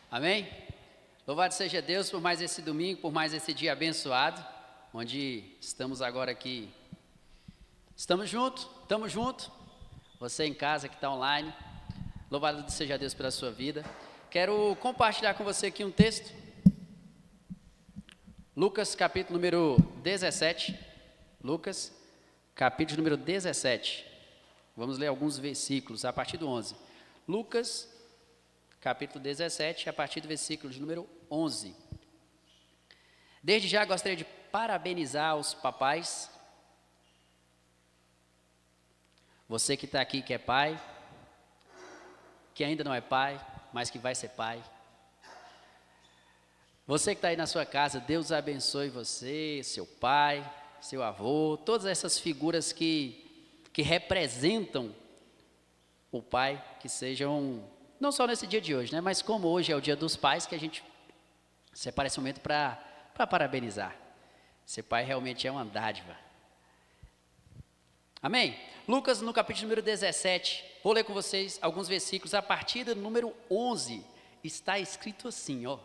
Amém? Louvado seja Deus por mais esse domingo, por mais esse dia abençoado, onde estamos agora aqui. Estamos juntos. Você em casa que está online, louvado seja Deus pela sua vida. Quero compartilhar com você aqui um texto. Lucas, capítulo número 17. Lucas, capítulo número 17. Vamos ler alguns versículos a partir do 11. Lucas, capítulo 17, a partir do versículo de número 11. Desde já gostaria de parabenizar os papais. Você que está aqui que é pai, que ainda não é pai, mas que vai ser pai. Você que está aí na sua casa, Deus abençoe você, seu pai, seu avô, todas essas figuras que representam o pai, que sejam, não só nesse dia de hoje, né? Mas como hoje é o dia dos pais, que a gente separa esse momento para parabenizar. Ser pai realmente é uma dádiva. Amém? Lucas, no capítulo número 17, vou ler com vocês alguns versículos, a partir do número 11, está escrito assim, ó.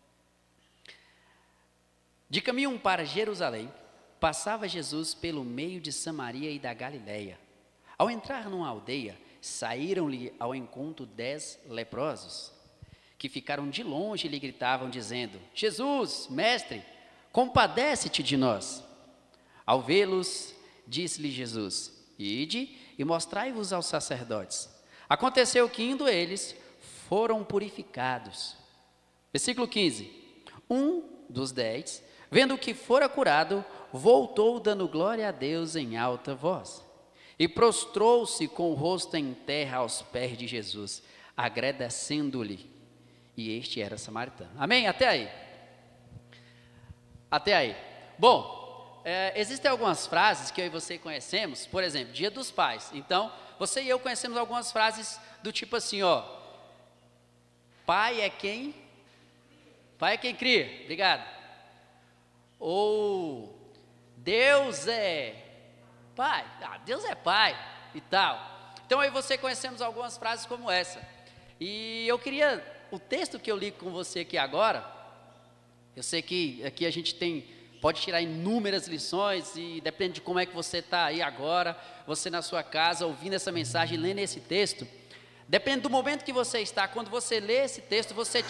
De caminho para Jerusalém, passava Jesus pelo meio de Samaria e da Galileia. Ao entrar numa aldeia, saíram-lhe ao encontro 10 leprosos, que ficaram de longe e lhe gritavam, dizendo: Jesus, mestre, compadece-te de nós. Ao vê-los, disse-lhe Jesus: Ide e mostrai-vos aos sacerdotes. Aconteceu que, indo eles, foram purificados. Versículo 15. Um dos 10, vendo que fora curado, voltou dando glória a Deus em alta voz. E prostrou-se com o rosto em terra aos pés de Jesus, agradecendo-lhe. E este era samaritano. Amém? Até aí. Até aí. Bom, existem algumas frases que eu e você conhecemos, por exemplo, Dia dos Pais. Então, você e eu conhecemos algumas frases do tipo assim, ó. Pai é quem cria. Obrigado. Ou Deus é pai. Deus é pai e tal. Então aí você conhecemos algumas frases como essa. E eu queria, o texto que eu li com você aqui agora, eu sei que aqui a gente pode tirar inúmeras lições e depende de como é que você está aí agora, você na sua casa ouvindo essa mensagem, lendo esse texto, depende do momento que você está, quando você lê esse texto, você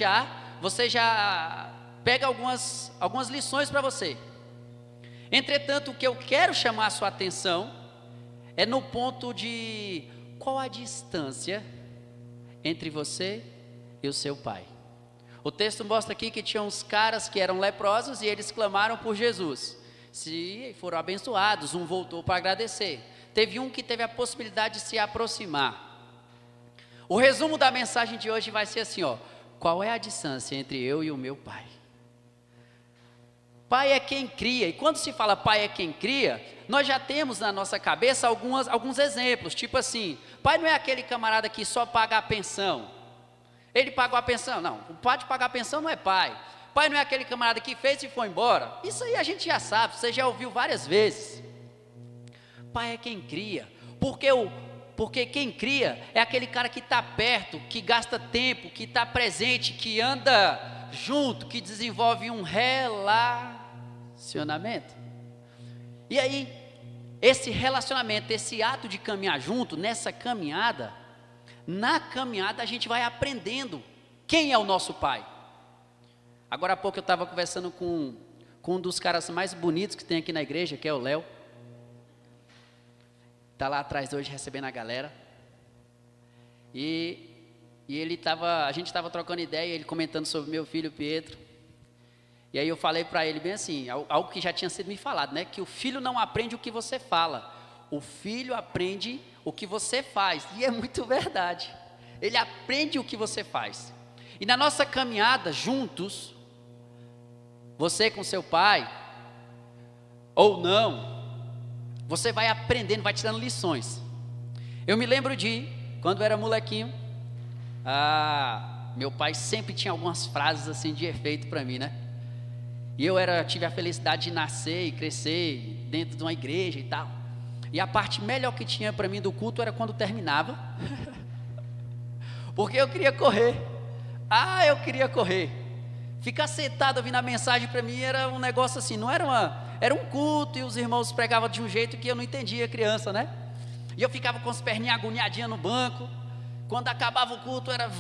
já pega algumas lições para você. Entretanto, o que eu quero chamar a sua atenção é no ponto de qual a distância entre você e o seu pai. O texto mostra aqui que tinha uns caras que eram leprosos e eles clamaram por Jesus. Se foram abençoados, um voltou para agradecer. Teve um que teve a possibilidade de se aproximar. O resumo da mensagem de hoje vai ser assim, ó. Qual é a distância entre eu e o meu pai? Pai é quem cria, e quando se fala pai é quem cria, nós já temos na nossa cabeça alguns exemplos, tipo assim, pai não é aquele camarada que só paga a pensão, ele pagou a pensão, não, o pai de pagar a pensão não é pai, pai não é aquele camarada que fez e foi embora, isso aí a gente já sabe, você já ouviu várias vezes. Pai é quem cria, porque quem cria é aquele cara que está perto, que gasta tempo, que está presente, que anda junto, que desenvolve um relacionamento. E aí, esse relacionamento, esse ato de caminhar junto, na caminhada a gente vai aprendendo quem é o nosso pai. Agora há pouco eu estava conversando com um dos caras mais bonitos que tem aqui na igreja, que é o Léo. Está lá atrás hoje recebendo a galera. E a gente estava trocando ideia, ele comentando sobre meu filho Pietro. E aí eu falei para ele bem assim, algo que já tinha sido me falado, né? Que o filho não aprende o que você fala, o filho aprende o que você faz. E é muito verdade, ele aprende o que você faz. E na nossa caminhada juntos, você com seu pai, ou não, você vai aprendendo, vai tirando lições. Eu me lembro quando eu era molequinho, meu pai sempre tinha algumas frases assim de efeito para mim, né? E eu tive a felicidade de nascer e crescer dentro de uma igreja e tal. E a parte melhor que tinha para mim do culto era quando terminava. Porque eu queria correr. Ah, eu queria correr. Ficar sentado ouvindo a mensagem para mim era um negócio assim, não era era um culto e os irmãos pregavam de um jeito que eu não entendia, criança, né? E eu ficava com as perninhas agoniadinhas no banco. Quando acabava o culto era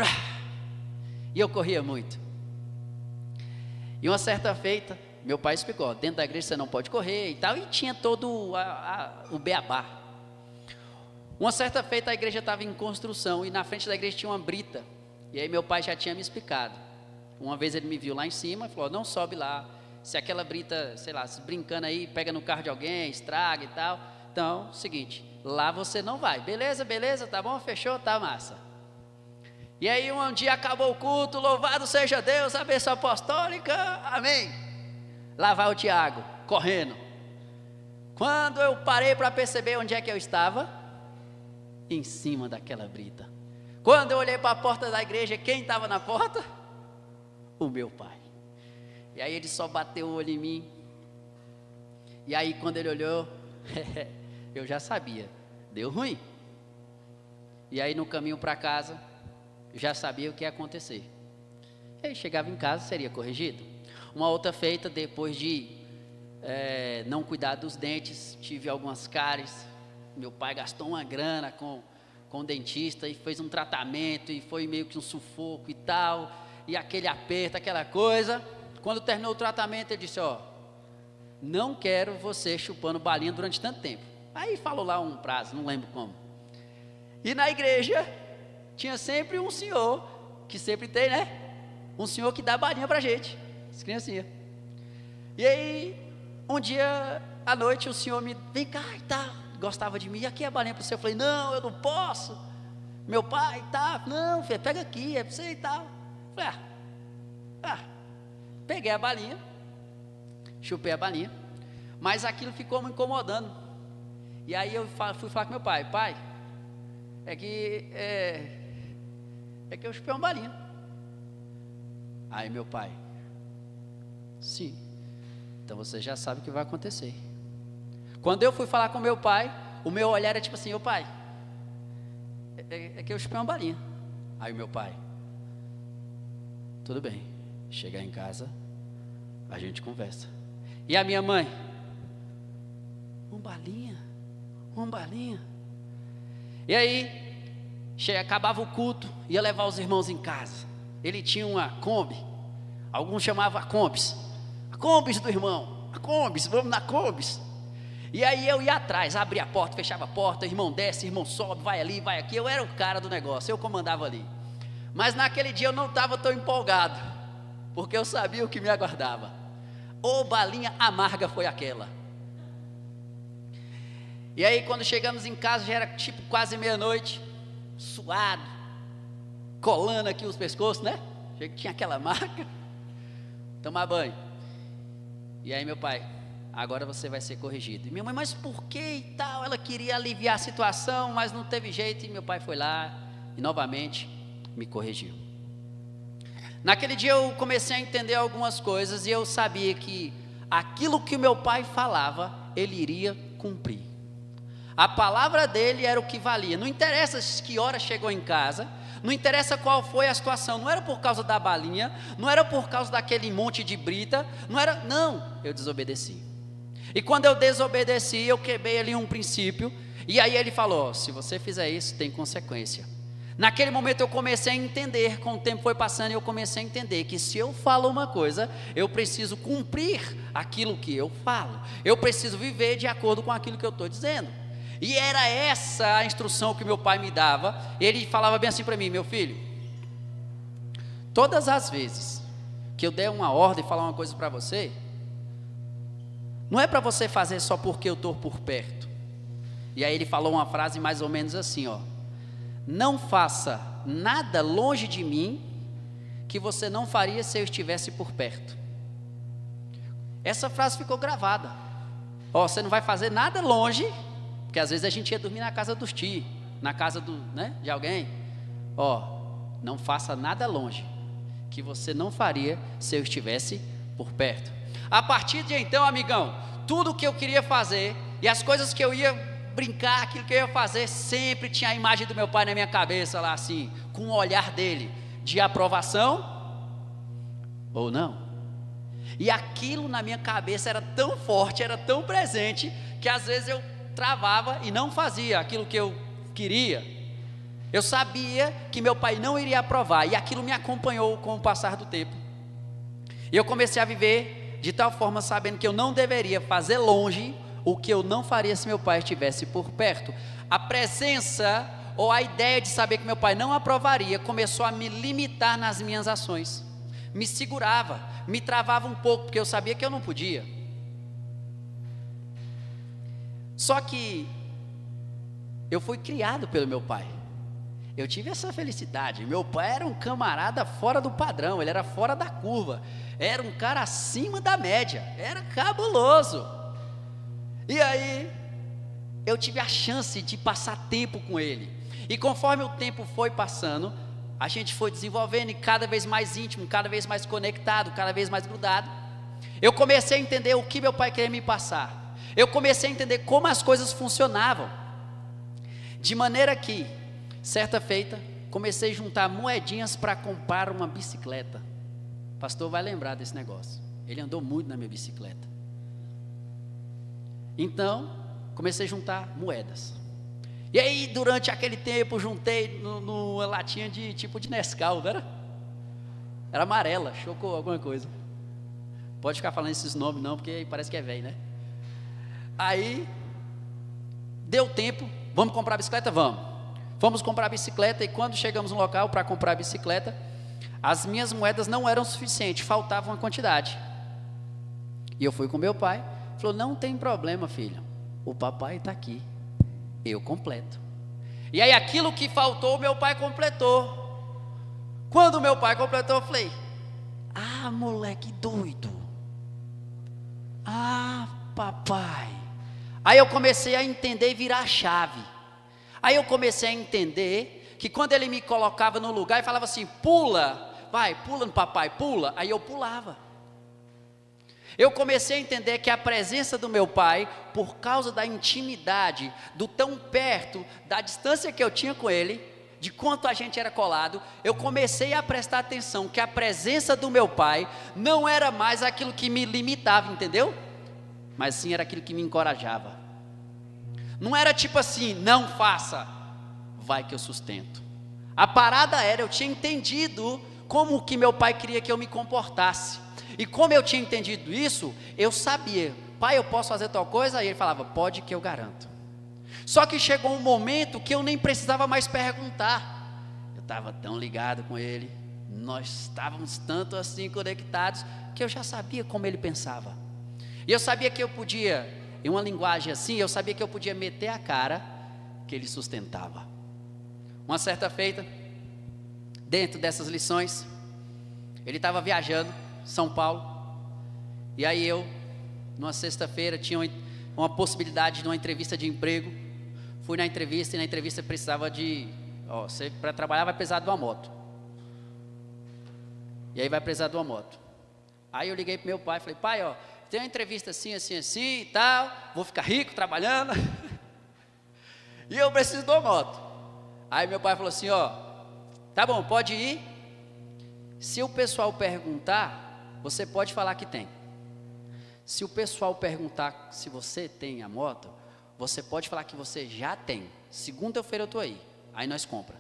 e eu corria muito. E uma certa feita, meu pai explicou, dentro da igreja você não pode correr e tal, e tinha todo o beabá. Uma certa feita a igreja estava em construção e na frente da igreja tinha uma brita. E aí meu pai já tinha me explicado. Uma vez ele me viu lá em cima e falou, não sobe lá, se aquela brita, sei lá, se brincando aí, pega no carro de alguém, estraga e tal. Então, seguinte, lá você não vai. Beleza, beleza, tá bom, fechou, tá massa. E aí um dia acabou o culto, louvado seja Deus, a bênção apostólica, amém. Lá vai o Tiago, correndo. Quando eu parei para perceber onde é que eu estava, em cima daquela brita. Quando eu olhei para a porta da igreja, quem estava na porta? O meu pai. E aí ele só bateu o olho em mim. E aí quando ele olhou, eu já sabia, deu ruim. E aí no caminho para casa, já sabia o que ia acontecer. E aí chegava em casa, seria corrigido. Uma outra feita, depois de não cuidar dos dentes, tive algumas cáries. Meu pai gastou uma grana com o dentista e fez um tratamento e foi meio que um sufoco e tal, e aquele aperto, aquela coisa. Quando terminou o tratamento ele disse, não quero você chupando balinha durante tanto tempo. Aí falou lá um prazo, não lembro como. E na igreja tinha sempre um senhor, que sempre tem, né? Um senhor que dá balinha pra gente, as criancinhas. E aí, um dia à noite o senhor me, vem cá e tal, gostava de mim, e aqui é a balinha para você. Eu falei, não, eu não posso. Meu pai, tá, não, filho, pega aqui, é para você e tal. Eu falei, peguei a balinha, chupei a balinha, mas aquilo ficou me incomodando. E aí eu fui falar com meu pai, pai, é que eu chupei uma balinha. Aí meu pai, sim, então você já sabe o que vai acontecer. Quando eu fui falar com meu pai, o meu olhar era tipo assim, ô pai, é que eu chupei uma balinha. Aí o meu pai, tudo bem, chegar em casa, a gente conversa. E a minha mãe, uma balinha. E aí, acabava o culto, ia levar os irmãos em casa. Ele tinha uma Kombi, alguns chamavam a Kombis do irmão, a Kombis, vamos na Kombis. E aí eu ia atrás, abria a porta, fechava a porta, irmão desce, irmão sobe, vai ali, vai aqui. Eu era o cara do negócio, eu comandava ali. Mas naquele dia eu não estava tão empolgado, porque eu sabia o que me aguardava. Ô balinha amarga foi aquela. E aí quando chegamos em casa, já era tipo quase meia-noite, suado, colando aqui os pescoços, né? Tinha aquela marca. Tomar banho. E aí meu pai, agora você vai ser corrigido. E minha mãe, mas por que e tal? Ela queria aliviar a situação, mas não teve jeito. E meu pai foi lá e novamente me corrigiu. Naquele dia eu comecei a entender algumas coisas e eu sabia que aquilo que o meu pai falava, ele iria cumprir. A palavra dele era o que valia. Não interessa que hora chegou em casa, não interessa qual foi a situação, não era por causa da balinha, não era por causa daquele monte de brita, eu desobedeci. E quando eu desobedeci, eu quebrei ali um princípio, e aí ele falou, se você fizer isso, tem consequência. Naquele momento eu comecei a entender, com o tempo foi passando, eu comecei a entender que se eu falo uma coisa, eu preciso cumprir aquilo que eu falo, eu preciso viver de acordo com aquilo que eu estou dizendo. E era essa a instrução que meu pai me dava. Ele falava bem assim para mim, meu filho, todas as vezes que eu der uma ordem, falar uma coisa para você, não é para você fazer só porque eu estou por perto. E aí ele falou uma frase mais ou menos assim, não faça nada longe de mim que você não faria se eu estivesse por perto. Essa frase ficou gravada. Você não vai fazer nada longe, porque às vezes a gente ia dormir na casa dos tios, na casa de alguém. Não faça nada longe que você não faria se eu estivesse por perto. A partir de então, amigão, tudo que eu queria fazer e as coisas que eu ia brincar, aquilo que eu ia fazer, sempre tinha a imagem do meu pai na minha cabeça lá assim, com o olhar dele, de aprovação ou não. E aquilo na minha cabeça era tão forte, era tão presente, que às vezes eu travava e não fazia aquilo que eu queria. Eu sabia que meu pai não iria aprovar, e aquilo me acompanhou com o passar do tempo. E eu comecei a viver de tal forma, sabendo que eu não deveria fazer longe o que eu não faria se meu pai estivesse por perto. A presença ou a ideia de saber que meu pai não aprovaria começou a me limitar nas minhas ações. Me segurava, me travava um pouco, porque eu sabia que eu não podia. Só que eu fui criado pelo meu pai. Eu tive essa felicidade. Meu pai era um camarada fora do padrão, ele era fora da curva, era um cara acima da média, era cabuloso. E aí, eu tive a chance de passar tempo com ele. E conforme o tempo foi passando, a gente foi desenvolvendo e cada vez mais íntimo, cada vez mais conectado, cada vez mais grudado. Eu comecei a entender o que meu pai queria me passar. Eu comecei a entender como as coisas funcionavam. De maneira que, certa feita, comecei a juntar moedinhas para comprar uma bicicleta. O pastor vai lembrar desse negócio. Ele andou muito na minha bicicleta. Então, comecei a juntar moedas. E aí, durante aquele tempo, juntei numa latinha de tipo de Nescau, não era? Era amarela, chocou alguma coisa. Pode ficar falando esses nomes não, porque parece que é velho, né? Aí, deu tempo, vamos comprar a bicicleta? Vamos. Fomos comprar a bicicleta, e quando chegamos no local para comprar a bicicleta, as minhas moedas não eram suficientes, faltava uma quantidade. E eu fui com meu pai, falou, não tem problema, filho, o papai está aqui, eu completo. E aí aquilo que faltou, meu pai completou. Quando meu pai completou, eu falei, ah, moleque doido, ah, papai. Aí eu comecei a entender e virar a chave. Aí eu comecei a entender que quando ele me colocava no lugar e falava assim, pula, vai, pula no papai, pula, aí eu pulava. Eu comecei a entender que a presença do meu pai, por causa da intimidade, do tão perto, da distância que eu tinha com ele, de quanto a gente era colado, eu comecei a prestar atenção que a presença do meu pai não era mais aquilo que me limitava, entendeu? Mas sim era aquilo que me encorajava. Não era tipo assim, não faça, vai que eu sustento. A parada era, eu tinha entendido como que meu pai queria que eu me comportasse. E como eu tinha entendido isso, eu sabia, pai, eu posso fazer tal coisa? Aí ele falava, pode que eu garanto. Só que chegou um momento que eu nem precisava mais perguntar. Eu estava tão ligado com ele, nós estávamos tanto assim conectados, que eu já sabia como ele pensava. E eu sabia que eu podia, em uma linguagem assim, eu sabia que eu podia meter a cara, que ele sustentava. Uma certa feita, dentro dessas lições, ele estava viajando, São Paulo, e aí eu, numa sexta-feira, tinha uma possibilidade de uma entrevista de emprego. Fui na entrevista, e na entrevista precisava de, você para trabalhar vai precisar de uma moto, e aí vai precisar de uma moto. Aí eu liguei para meu pai, falei, pai, tem uma entrevista assim, assim, assim e tal, vou ficar rico trabalhando, e eu preciso de uma moto. Aí meu pai falou assim, tá bom, pode ir, se o pessoal perguntar, você pode falar que tem. Se o pessoal perguntar se você tem a moto, você pode falar que você já tem. Segunda-feira eu estou aí. Aí nós compra.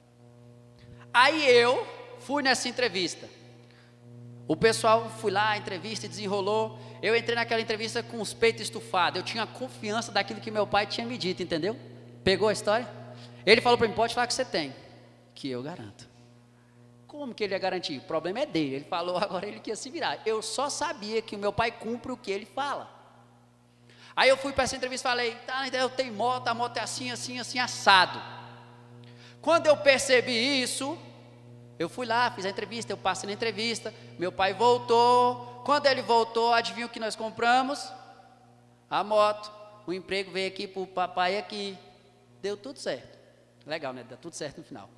Aí eu fui nessa entrevista. O pessoal fui lá, a entrevista desenrolou. Eu entrei naquela entrevista com os peitos estufados. Eu tinha confiança daquilo que meu pai tinha me dito, entendeu? Pegou a história? Ele falou para mim, pode falar que você tem, que eu garanto. Como que ele ia garantir? O problema é dele. Ele falou, agora ele que ia se virar. Eu só sabia que o meu pai cumpre o que ele fala. Aí eu fui para essa entrevista e falei, tá, eu tenho moto, a moto é assim, assim, assim, assado. Quando eu percebi isso, eu fui lá, fiz a entrevista, eu passei na entrevista, meu pai voltou. Quando ele voltou, adivinha o que nós compramos? A moto. O emprego veio aqui para o papai aqui. Deu tudo certo. Legal, né? Deu tudo certo no final.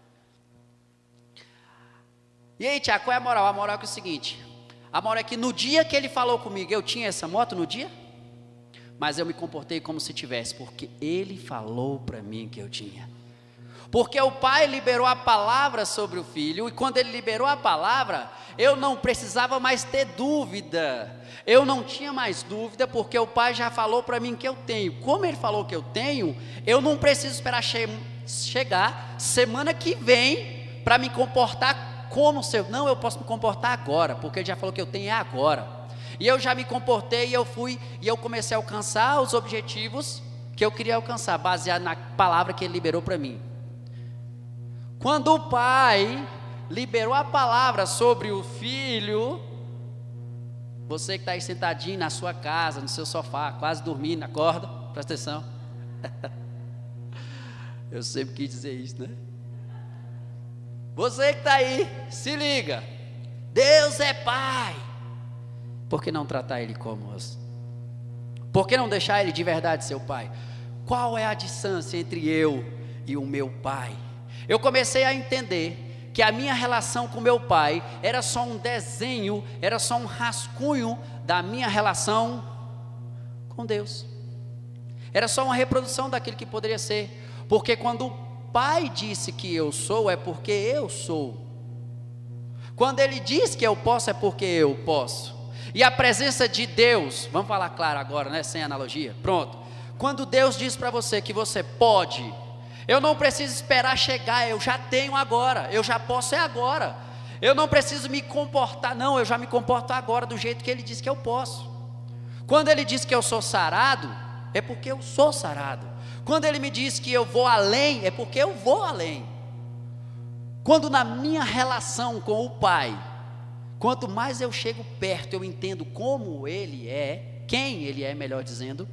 E aí, Tiago, qual é a moral? A moral é, o seguinte, a moral é que no dia que ele falou comigo, eu tinha essa moto no dia, mas eu me comportei como se tivesse, porque ele falou para mim que eu tinha. Porque o Pai liberou a palavra sobre o Filho, e quando Ele liberou a palavra, eu não precisava mais ter dúvida, eu não tinha mais dúvida, porque o Pai já falou para mim que eu tenho. Como Ele falou que eu tenho, eu não preciso esperar chegar semana que vem, para me comportar como se eu, não, eu posso me comportar agora, porque Ele já falou que eu tenho agora, e eu já me comportei, e eu fui, e eu comecei a alcançar os objetivos que eu queria alcançar, baseado na palavra que Ele liberou para mim. Quando o Pai liberou a palavra sobre o Filho, você que está aí sentadinho na sua casa, no seu sofá, quase dormindo, acorda, presta atenção. Eu sempre quis dizer isso, né? Você que está aí, se liga. Deus é Pai. Por que não tratar Ele como os? Por que não deixar Ele de verdade seu Pai? Qual é a distância entre eu e o meu Pai? Eu comecei a entender que a minha relação com meu Pai era só um desenho, era só um rascunho da minha relação com Deus. Era só uma reprodução daquilo que poderia ser. Porque quando o Pai disse que eu sou, é porque eu sou. Quando Ele diz que eu posso, é porque eu posso. E a presença de Deus, vamos falar claro agora, né? Sem analogia, pronto. Quando Deus diz para você que você pode, eu não preciso esperar chegar, eu já tenho agora, eu já posso agora. Eu não preciso me comportar, não, eu já me comporto agora do jeito que Ele diz que eu posso. Quando Ele diz que eu sou sarado, é porque eu sou sarado. Quando Ele me diz que eu vou além, é porque eu vou além. Quando na minha relação com o Pai, quanto mais eu chego perto, eu entendo como Ele é, quem Ele é, melhor dizendo,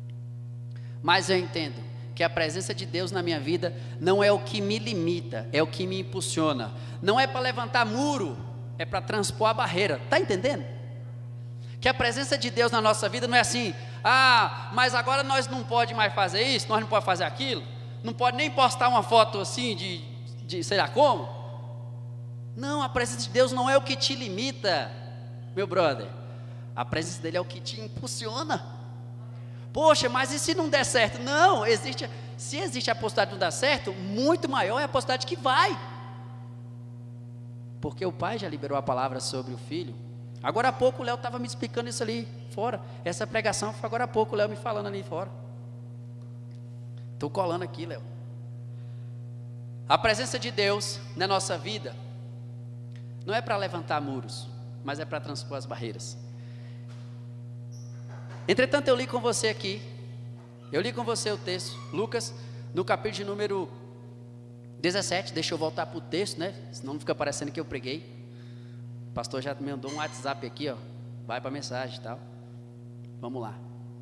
mais eu entendo que a presença de Deus na minha vida não é o que me limita, é o que me impulsiona. Não é para levantar muro, é para transpor a barreira. Está entendendo? Que a presença de Deus na nossa vida não é assim, mas agora nós não pode mais fazer isso, nós não pode fazer aquilo, não pode nem postar uma foto assim de sei lá como. Não, a presença de Deus não é o que te limita, meu brother. A presença dele é o que te impulsiona. Poxa, mas e se não der certo? Não, se existe a possibilidade de não dar certo, muito maior é a possibilidade que vai. Porque o Pai já liberou a palavra sobre o Filho. Agora há pouco o Léo estava me explicando isso ali fora. Essa pregação foi agora há pouco o Léo me falando ali fora. Estou colando aqui, Léo. A presença de Deus na nossa vida não é para levantar muros, mas é para transpor as barreiras. Entretanto, eu li com você aqui, eu li com você o texto, Lucas, no capítulo de número 17, deixa eu voltar para o texto, né? Senão não fica parecendo que eu preguei. O pastor já me mandou um WhatsApp aqui, ó, vai para a mensagem e tal. Vamos lá.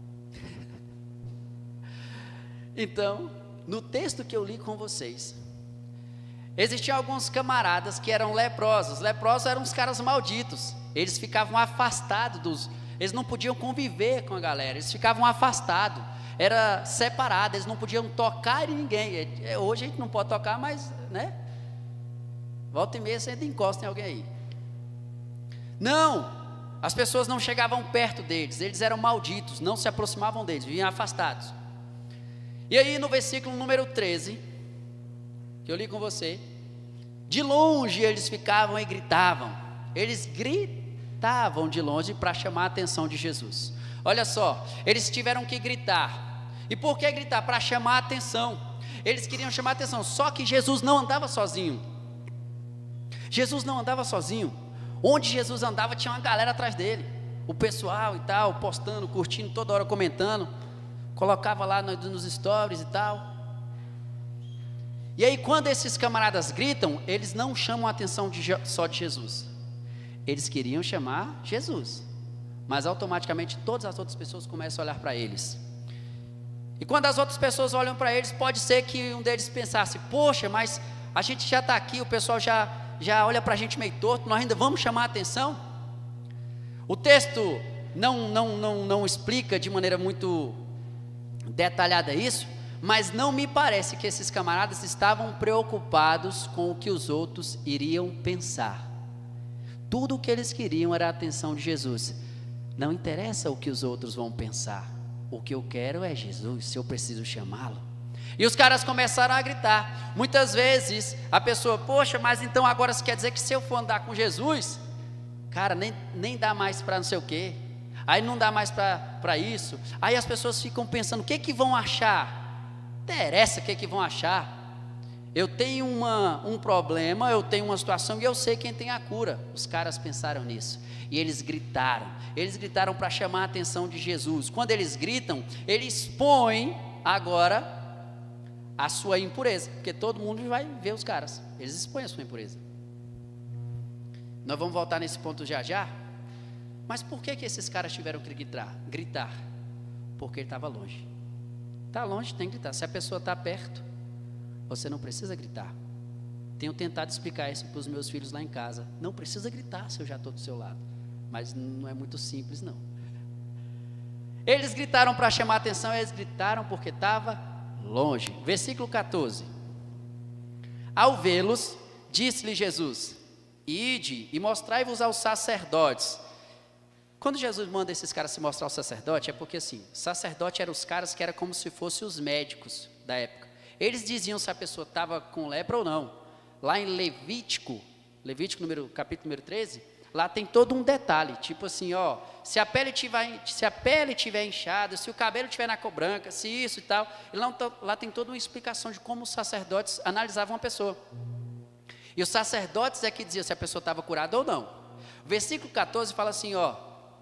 Então, no texto que eu li com vocês, existiam alguns camaradas que eram leprosos. Leprosos eram os caras malditos. Eles ficavam afastados eles não podiam conviver com a galera, eles ficavam afastados, era separado, eles não podiam tocar em ninguém. Hoje a gente não pode tocar, mas, né? Volta e meia você ainda encosta em alguém aí. Não, as pessoas não chegavam perto deles, eles eram malditos, não se aproximavam deles, viviam afastados. E aí no versículo número 13, que eu li com você, de longe eles ficavam e gritavam, eles gritavam de longe para chamar a atenção de Jesus. Olha só, eles tiveram que gritar. E por que gritar? Para chamar a atenção. Eles queriam chamar a atenção, só que Jesus não andava sozinho. Jesus não andava sozinho. Onde Jesus andava tinha uma galera atrás dele, o pessoal e tal, postando, curtindo, toda hora comentando, colocava lá nos stories e tal. E aí quando esses camaradas gritam, eles não chamam a atenção só de Jesus. Eles queriam chamar Jesus, mas automaticamente todas as outras pessoas começam a olhar para eles. E quando as outras pessoas olham para eles, pode ser que um deles pensasse, poxa, mas a gente já está aqui, o pessoal já olha para a gente meio torto, nós ainda vamos chamar a atenção? O texto não explica de maneira muito detalhada isso, mas não me parece que esses camaradas estavam preocupados com o que os outros iriam pensar. Tudo o que eles queriam era a atenção de Jesus. Não interessa o que os outros vão pensar, o que eu quero é Jesus, se eu preciso chamá-lo. E os caras começaram a gritar. Muitas vezes a pessoa, poxa, mas então agora isso quer dizer que se eu for andar com Jesus, cara, nem dá mais para não sei o quê, aí não dá mais para isso. Aí as pessoas ficam pensando, o que que vão achar? Não interessa o que que vão achar. Eu tenho um problema, eu tenho uma situação e eu sei quem tem a cura. Os caras pensaram nisso e eles gritaram para chamar a atenção de Jesus. Quando eles gritam, eles expõem agora a sua impureza, porque todo mundo vai ver os caras, eles expõem a sua impureza. Nós vamos voltar nesse ponto já já. Mas por que esses caras tiveram que gritar? Porque ele estava longe. Está longe, tem que gritar. Se a pessoa está perto, você não precisa gritar. Tenho tentado explicar isso para os meus filhos lá em casa. Não precisa gritar se eu já estou do seu lado. Mas não é muito simples, não. Eles gritaram para chamar a atenção, eles gritaram porque estava longe. Versículo 14. Ao vê-los, disse-lhe Jesus: ide e mostrai-vos aos sacerdotes. Quando Jesus manda esses caras se mostrar ao sacerdote, é porque assim, sacerdote eram os caras que eram como se fossem os médicos da época. Eles diziam se a pessoa estava com lepra ou não. Lá em Levítico capítulo número 13, lá tem todo um detalhe, tipo assim, ó, se a pele tiver inchada, se o cabelo tiver na cor branca, se isso e tal, lá tem toda uma explicação de como os sacerdotes analisavam a pessoa. E os sacerdotes é que diziam se a pessoa estava curada ou não. O versículo 14 fala assim, ó,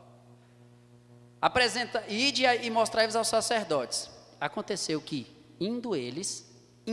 ide e mostrai-vos aos sacerdotes. Aconteceu que, indo eles,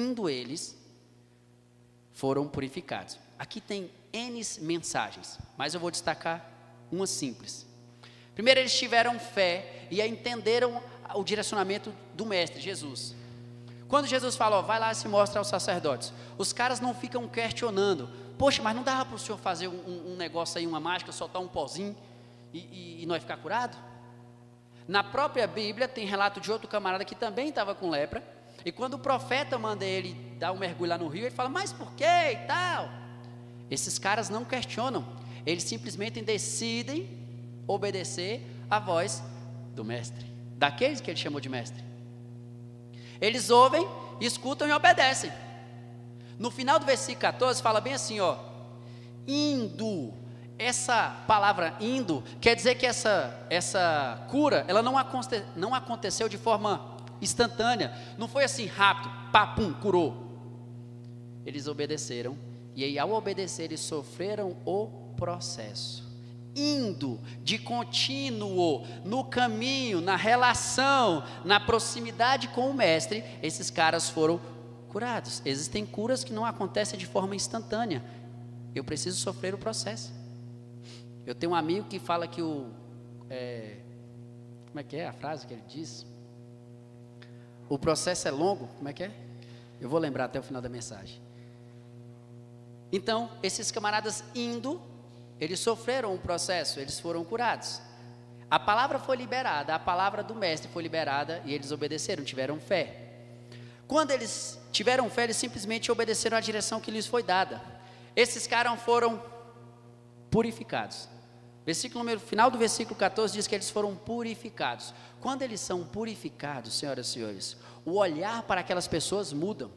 foram purificados. Aqui tem N mensagens, mas eu vou destacar uma simples. Primeiro, eles tiveram fé e entenderam o direcionamento do mestre, Jesus. Quando Jesus fala, ó, vai lá e se mostra aos sacerdotes, os caras não ficam questionando, poxa, mas não dava para o senhor fazer um negócio aí, uma mágica, soltar um pozinho e nós ficar curado? Na própria Bíblia tem relato de outro camarada que também estava com lepra, e quando o profeta manda ele dar um mergulho lá no rio, ele fala, mas por quê e tal? Esses caras não questionam, eles simplesmente decidem obedecer à voz do mestre, daqueles que ele chamou de mestre. Eles ouvem, escutam e obedecem. No final do versículo 14 fala bem assim, ó, indo. Essa palavra indo quer dizer que essa cura, ela não aconteceu de forma instantânea, não foi assim rápido, papum, curou. Eles obedeceram, e aí ao obedecer eles sofreram o processo, indo de contínuo, no caminho, na relação, na proximidade com o mestre, esses caras foram curados. Existem curas que não acontecem de forma instantânea, eu preciso sofrer o processo. Eu tenho um amigo que fala que como é que é a frase que ele diz? O processo é longo, como é que é? Eu vou lembrar até o final da mensagem. Então, esses camaradas indo, eles sofreram um processo, eles foram curados. A palavra foi liberada, a palavra do mestre foi liberada e eles obedeceram, tiveram fé. Quando eles tiveram fé, eles simplesmente obedeceram à direção que lhes foi dada. Esses caras foram purificados. Final do versículo 14 diz que eles foram purificados. Quando eles são purificados, senhoras e senhores, o olhar para aquelas pessoas muda.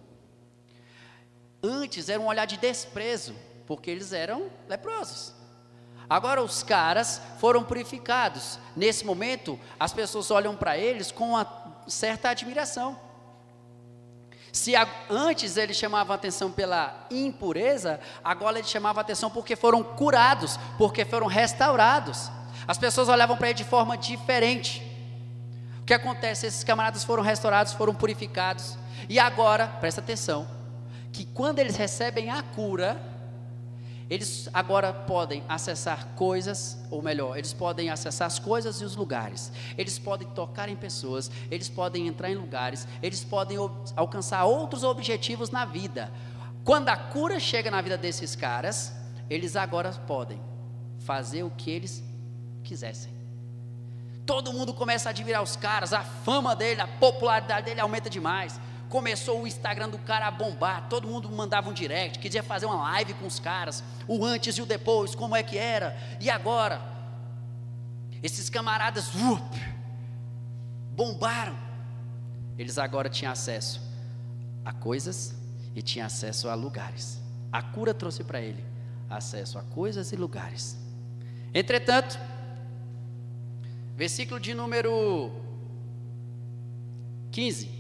Antes era um olhar de desprezo, porque eles eram leprosos. Agora os caras foram purificados. Nesse momento, as pessoas olham para eles com uma certa admiração. Se antes eles chamavam atenção pela impureza, agora eles chamavam atenção porque foram curados, porque foram restaurados. As pessoas olhavam para ele de forma diferente. O que acontece? Esses camaradas foram restaurados, foram purificados. E agora, presta atenção, que quando eles recebem a cura, eles agora podem acessar coisas, ou melhor, eles podem acessar as coisas e os lugares, eles podem tocar em pessoas, eles podem entrar em lugares, eles podem alcançar outros objetivos na vida. Quando a cura chega na vida desses caras, eles agora podem fazer o que eles quisessem. Todo mundo começa a admirar os caras, a fama dele, a popularidade dele aumenta demais. Começou o Instagram do cara a bombar, todo mundo mandava um direct, queria fazer uma live com os caras, o antes e o depois, como é que era, e agora, esses camaradas bombaram, eles agora tinham acesso a coisas e tinha acesso a lugares. A cura trouxe para ele acesso a coisas e lugares. Entretanto, versículo de número 15.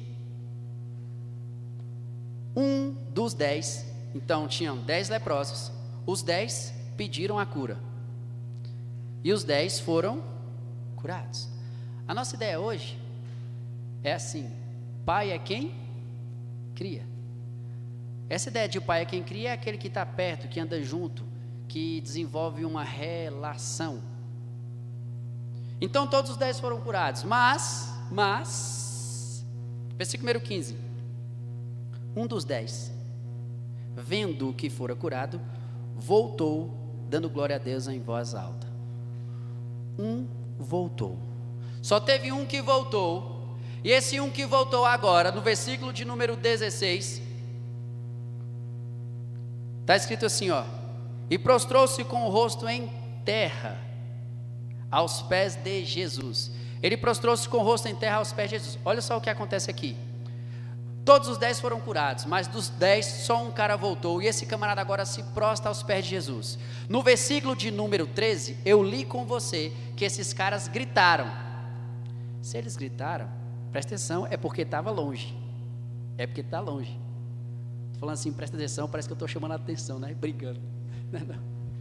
Um dos 10, então tinham 10 leprosos, os 10 pediram a cura, e os 10 foram curados. A nossa ideia hoje é assim: pai é quem cria. Essa ideia de o pai é quem cria é aquele que está perto, que anda junto, que desenvolve uma relação. Então todos os 10 foram curados, mas, versículo número 15, um dos 10, vendo o que fora curado, voltou, dando glória a Deus em voz alta. Um voltou, só teve um que voltou, e esse um que voltou agora, no versículo de número 16, está escrito assim, ó: e prostrou-se com o rosto em terra, aos pés de Jesus. Ele prostrou-se com o rosto em terra aos pés de Jesus. Olha só o que acontece aqui. Todos os 10 foram curados, mas dos 10 só um cara voltou, e esse camarada agora se prostra aos pés de Jesus. No versículo de número 13, eu li com você que esses caras gritaram. Se eles gritaram, presta atenção, é porque estava longe. É porque está longe. Estou falando assim, presta atenção, parece que eu estou chamando a atenção, né? Brincando. Não.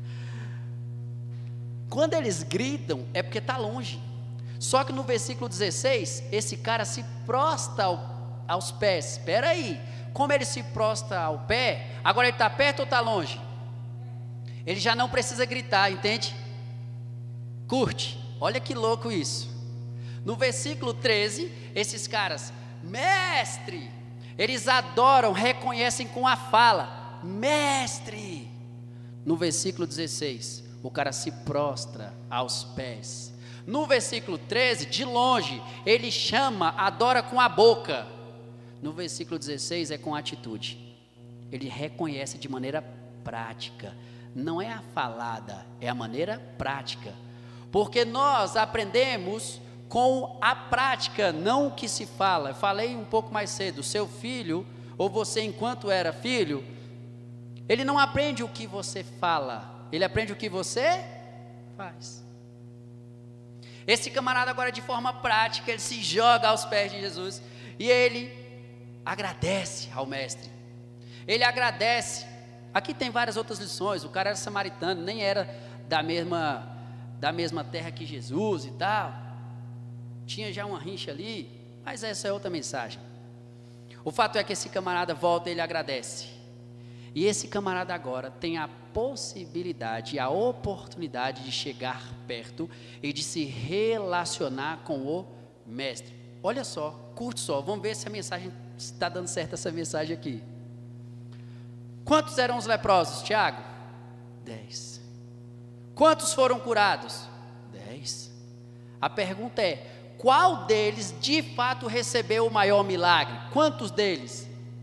Quando eles gritam, é porque está longe. Só que no versículo 16, esse cara se prostra aos pés. Espera aí, como ele se prostra ao pé, agora ele está perto ou está longe? Ele já não precisa gritar, entende? Curte, olha que louco isso. No versículo 13, esses caras, mestre, eles adoram, reconhecem com a fala, mestre. No versículo 16, o cara se prostra aos pés. No versículo 13, de longe, ele chama, adora com a boca. No versículo 16 é com atitude. Ele reconhece de maneira prática. Não é a falada, é a maneira prática. Porque nós aprendemos com a prática, não o que se fala. Eu falei um pouco mais cedo, seu filho, ou você enquanto era filho, ele não aprende o que você fala, ele aprende o que você faz. Esse camarada agora, de forma prática, ele se joga aos pés de Jesus, e ele agradece ao mestre. Ele agradece. Aqui tem várias outras lições. O cara era samaritano, nem era da mesma terra que Jesus e tal. Tinha já uma rincha ali, mas essa é outra mensagem. O fato é que esse camarada volta e ele agradece. E esse camarada agora tem a possibilidade, a oportunidade de chegar perto e de se relacionar com o mestre. Olha só, curte só, vamos ver se a mensagem está dando certo, essa mensagem aqui. Quantos eram os leprosos, Tiago? 10. Quantos foram curados? 10. A pergunta é, qual deles de fato recebeu o maior milagre? Quantos deles?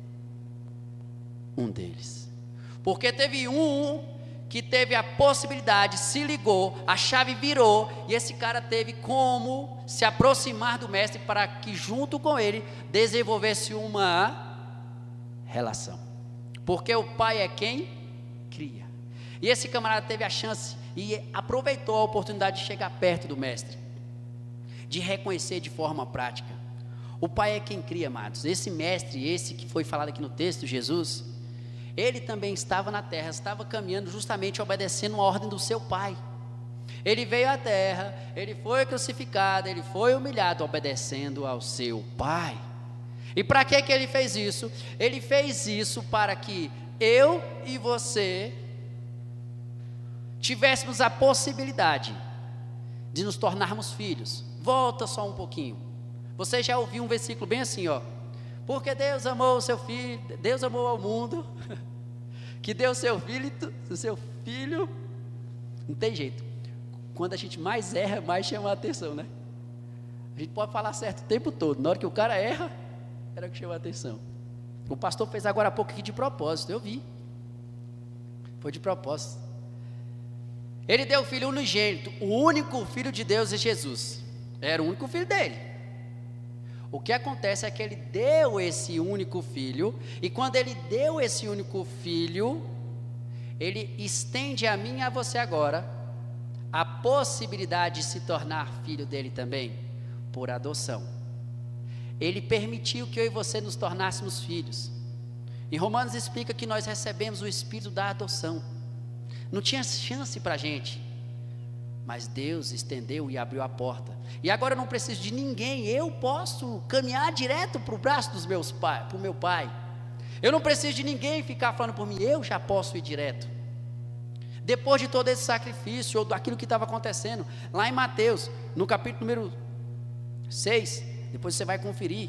Um deles. Porque teve um que teve a possibilidade, se ligou, a chave virou, e esse cara teve como se aproximar do mestre para que junto com ele desenvolvesse uma relação. Porque o pai é quem cria. E esse camarada teve a chance e aproveitou a oportunidade de chegar perto do mestre, de reconhecer de forma prática. O pai é quem cria, amados. Esse mestre, esse que foi falado aqui no texto, Jesus, ele também estava na terra, estava caminhando justamente obedecendo a ordem do seu pai. Ele veio à terra, ele foi crucificado, ele foi humilhado, obedecendo ao seu pai. E para que ele fez isso? Ele fez isso para que eu e você tivéssemos a possibilidade de nos tornarmos filhos. Volta só um pouquinho. Você já ouviu um versículo bem assim, ó. Porque Deus amou o seu filho, Deus amou ao mundo, que deu o seu filho, não tem jeito. Quando a gente mais erra, mais chama a atenção, né? A gente pode falar certo o tempo todo, na hora que o cara erra, era o que chama a atenção. O pastor fez agora há pouco aqui de propósito, eu vi. Foi de propósito. Ele deu o filho unigênito, o único filho de Deus é Jesus. Era o único filho dele. O que acontece é que ele deu esse único filho, e quando ele deu esse único filho, ele estende a mim e a você agora a possibilidade de se tornar filho dele também, por adoção. Ele permitiu que eu e você nos tornássemos filhos. Em Romanos explica que nós recebemos o espírito da adoção. Não tinha chance para a gente, mas Deus estendeu e abriu a porta. E agora eu não preciso de ninguém, eu posso caminhar direto para o braço dos meus pais, para o meu pai. Eu não preciso de ninguém ficar falando por mim, eu já posso ir direto. Depois de todo esse sacrifício, ou daquilo que estava acontecendo, lá em Mateus, no capítulo número 6, depois você vai conferir,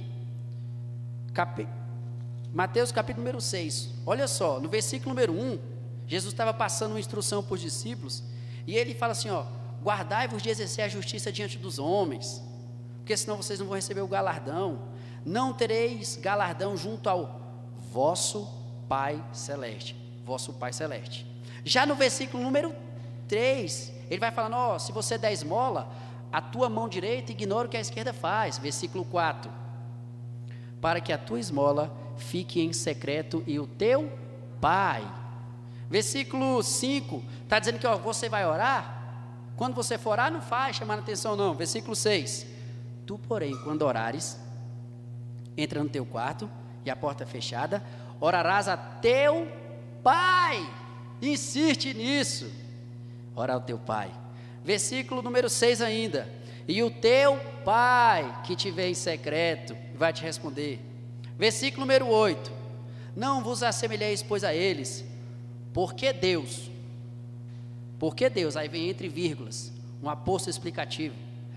Mateus capítulo número 6, olha só, no versículo número 1, Jesus estava passando uma instrução para os discípulos, e ele fala assim, ó: guardai-vos de exercer a justiça diante dos homens, porque senão vocês não vão receber o galardão, não tereis galardão junto ao vosso Pai Celeste, vosso Pai Celeste. Já no versículo número 3, ele vai falando, ó, se você der esmola, a tua mão direita ignora o que a esquerda faz. Versículo 4, para que a tua esmola fique em secreto e o teu Pai. Versículo 5, está dizendo que ó, você vai orar, quando você for orar não faz chamando atenção não. Versículo 6, tu porém quando orares, entra no teu quarto e a porta fechada, orarás a teu Pai, insiste nisso, ora ao teu Pai. Versículo número 6 ainda, e o teu Pai que te vê em secreto vai te responder. Versículo número 8, não vos assemelheis pois a eles, porque Deus, aí vem entre vírgulas, um aposto explicativo,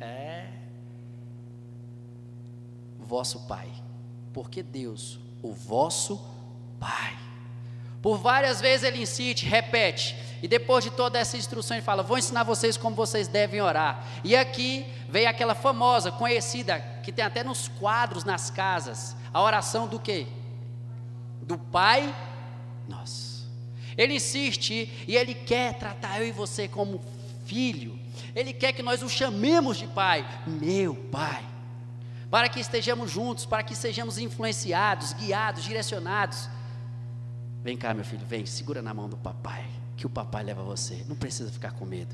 vosso Pai, porque Deus, o vosso Pai. Por várias vezes ele insiste, repete, e depois de toda essa instrução ele fala, vou ensinar vocês como vocês devem orar. E aqui veio aquela famosa, conhecida, que tem até nos quadros nas casas, a oração do quê? Do Pai Nosso. Ele insiste e ele quer tratar eu e você como filho, ele quer que nós o chamemos de Pai, meu Pai, para que estejamos juntos, para que sejamos influenciados, guiados, direcionados. Vem cá meu filho, vem, segura na mão do papai, que o papai leva você, não precisa ficar com medo.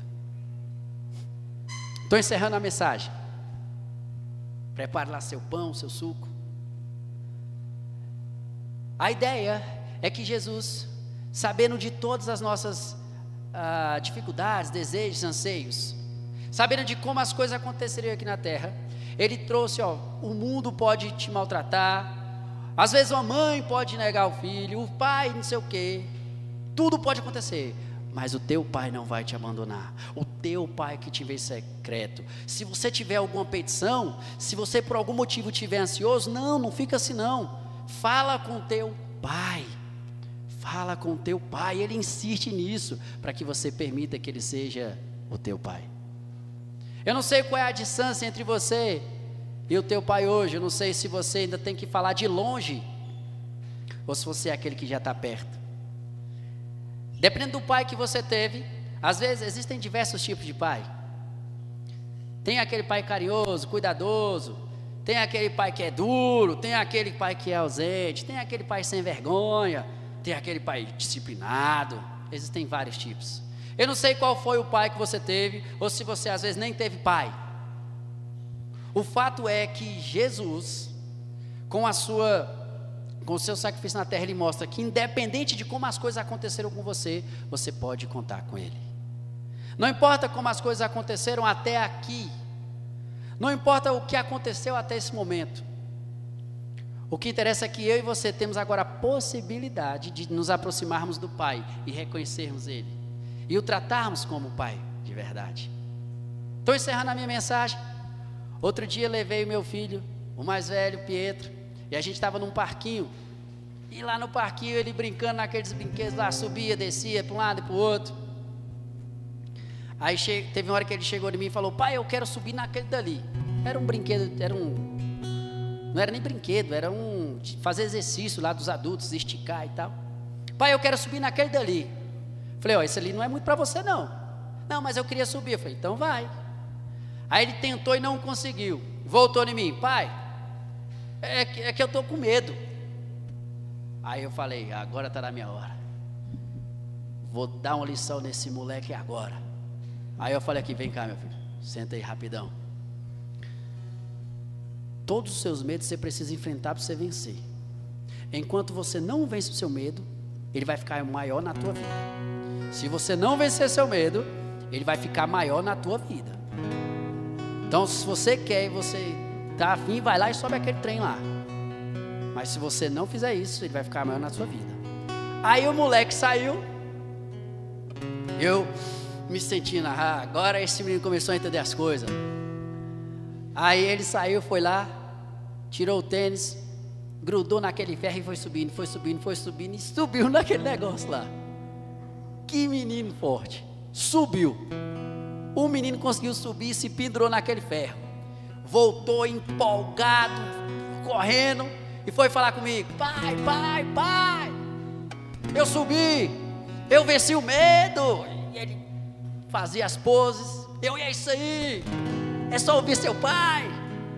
Estou encerrando a mensagem, prepare lá seu pão, seu suco. A ideia é que Jesus, sabendo de todas as nossas dificuldades, desejos, anseios, sabendo de como as coisas aconteceriam aqui na terra, ele trouxe, ó, o mundo pode te maltratar, às vezes uma mãe pode negar o filho, o pai não sei o quê, tudo pode acontecer, mas o teu Pai não vai te abandonar, o teu Pai que te vê em secreto. Se você tiver alguma petição, se você por algum motivo estiver ansioso, não fica assim não, fala com o teu Pai, fala com o teu Pai, ele insiste nisso, para que você permita que ele seja o teu Pai. Eu não sei qual é a distância entre você e o teu pai hoje, eu não sei se você ainda tem que falar de longe, ou se você é aquele que já está perto. Dependendo do pai que você teve, às vezes existem diversos tipos de pai. Tem aquele pai carinhoso, cuidadoso, tem aquele pai que é duro, tem aquele pai que é ausente, tem aquele pai sem vergonha, tem aquele pai disciplinado, existem vários tipos. Eu não sei qual foi o pai que você teve, ou se você às vezes nem teve pai. O fato é que Jesus, com o seu sacrifício na terra, ele mostra que independente de como as coisas aconteceram com você, você pode contar com ele. Não importa como as coisas aconteceram até aqui, não importa o que aconteceu até esse momento, o que interessa é que eu e você temos agora a possibilidade de nos aproximarmos do Pai e reconhecermos ele, e o tratarmos como Pai de verdade. Estou encerrando a minha mensagem. Outro dia levei o meu filho, o mais velho, Pietro, e a gente estava num parquinho, e lá no parquinho ele brincando naqueles brinquedos lá, subia, descia para um lado e para o outro. Aí teve uma hora que ele chegou em mim e falou, pai, eu quero subir naquele dali. Era um brinquedo, não era nem brinquedo, era fazer exercício lá dos adultos, esticar e tal. Pai, eu quero subir naquele dali. Falei, ó, esse ali não é muito para você não. Não, mas eu queria subir. Eu falei, então vai. Aí ele tentou e não conseguiu, voltou em mim, pai, É que eu estou com medo. Aí eu falei, agora está na minha hora. Vou dar uma lição nesse moleque agora. Aí eu falei aqui, vem cá meu filho, senta aí rapidão. Todos os seus medos você precisa enfrentar para você vencer. Enquanto você não vence o seu medo, ele vai ficar maior na tua vida. Se você não vencer seu medo, ele vai ficar maior na tua vida. Então se você quer e você está afim, vai lá e sobe aquele trem lá. Mas se você não fizer isso, ele vai ficar maior na sua vida. Aí o moleque saiu. Eu me sentindo, agora esse menino começou a entender as coisas. Aí ele saiu, foi lá, tirou o tênis, grudou naquele ferro e foi subindo e subiu naquele negócio lá. Que menino forte. Subiu. O menino conseguiu subir e se pendurou naquele ferro. Voltou empolgado, correndo, e foi falar comigo: pai, eu subi, eu venci o medo. E ele fazia as poses. É isso aí, é só ouvir seu pai.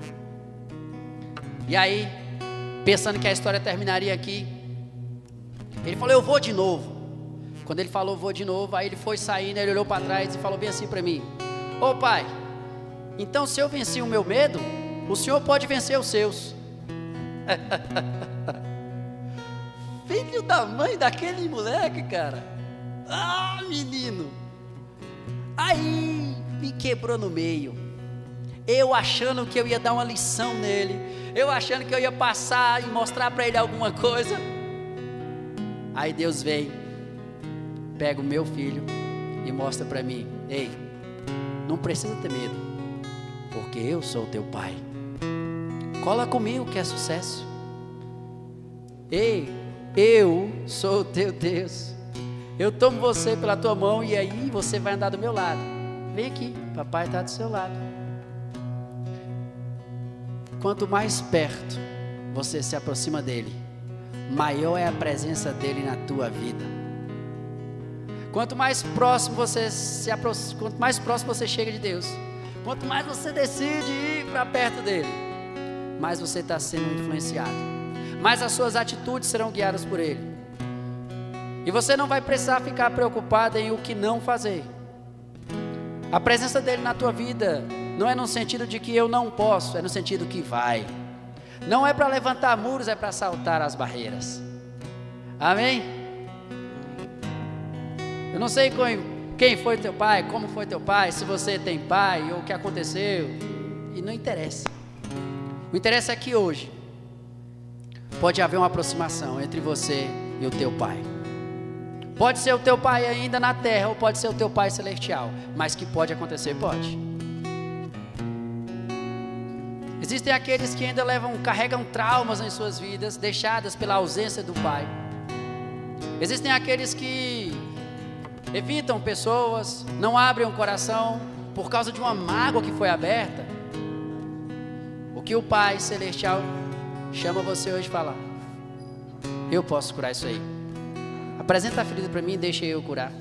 E aí, pensando que a história terminaria aqui, ele falou: eu vou de novo. Quando ele falou vou de novo, aí ele foi saindo, ele olhou para trás e falou bem assim para mim: ô pai, então se eu venci o meu medo, o senhor pode vencer os seus. Filho da mãe daquele moleque, cara. Ah, menino. Aí me quebrou no meio. Eu achando que eu ia dar uma lição nele, eu achando que eu ia passar e mostrar para ele alguma coisa. Aí Deus vem, pega o meu filho e mostra para mim: ei, não precisa ter medo, porque eu sou teu pai. Cola comigo que é sucesso. Ei, eu sou o teu Deus. Eu tomo você pela tua mão e aí você vai andar do meu lado. Vem aqui, papai está do seu lado. Quanto mais perto você se aproxima dele, maior é a presença dele na tua vida. Quanto mais próximo você quanto mais próximo você chega de Deus, quanto mais você decide ir para perto dele, mais você está sendo influenciado, mais as suas atitudes serão guiadas por ele. E você não vai precisar ficar preocupado em o que não fazer. A presença dele na tua vida não é no sentido de que eu não posso, é no sentido que vai. Não é para levantar muros, é para saltar as barreiras. Amém? Eu não sei quem foi teu pai, como foi teu pai, se você tem pai ou o que aconteceu, e não interessa. O interessa é que hoje pode haver uma aproximação entre você e o teu pai. Pode ser o teu pai ainda na terra, ou pode ser o teu pai celestial, mas que pode acontecer, pode. Existem aqueles que ainda carregam traumas em suas vidas, deixadas pela ausência do pai. Existem aqueles que evitam pessoas, não abrem o coração por causa de uma mágoa que foi aberta. O que o Pai Celestial chama você hoje falar: eu posso curar isso aí. Apresenta a ferida para mim e deixa eu curar.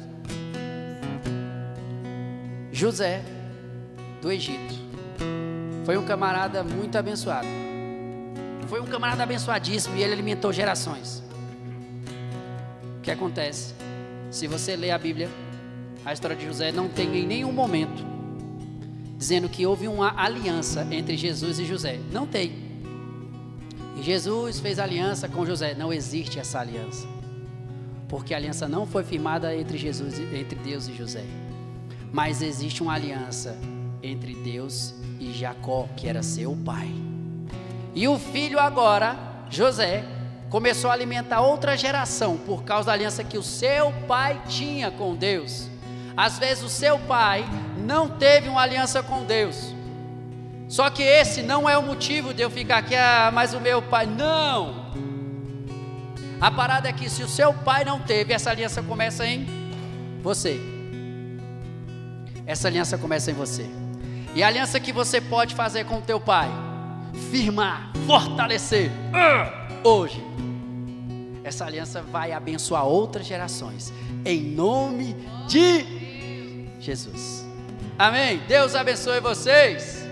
José do Egito foi um camarada muito abençoado. Foi um camarada abençoadíssimo e ele alimentou gerações. O que acontece? Se você ler a Bíblia, a história de José não tem em nenhum momento dizendo que houve uma aliança entre Jesus e José. Não tem. E Jesus fez aliança com José. Não existe essa aliança, porque a aliança não foi firmada entre Deus e José. Mas existe uma aliança entre Deus e Jacó, que era seu pai. E o filho agora, José, começou a alimentar outra geração por causa da aliança que o seu pai tinha com Deus. Às vezes o seu pai não teve uma aliança com Deus. Só que esse não é o motivo de eu ficar aqui, mas o meu pai, não. A parada é que se o seu pai não teve, essa aliança começa em você. Essa aliança começa em você. E a aliança que você pode fazer com o teu pai, firmar, fortalecer, hoje, essa aliança vai abençoar outras gerações, em nome de Jesus. Amém? Deus abençoe vocês.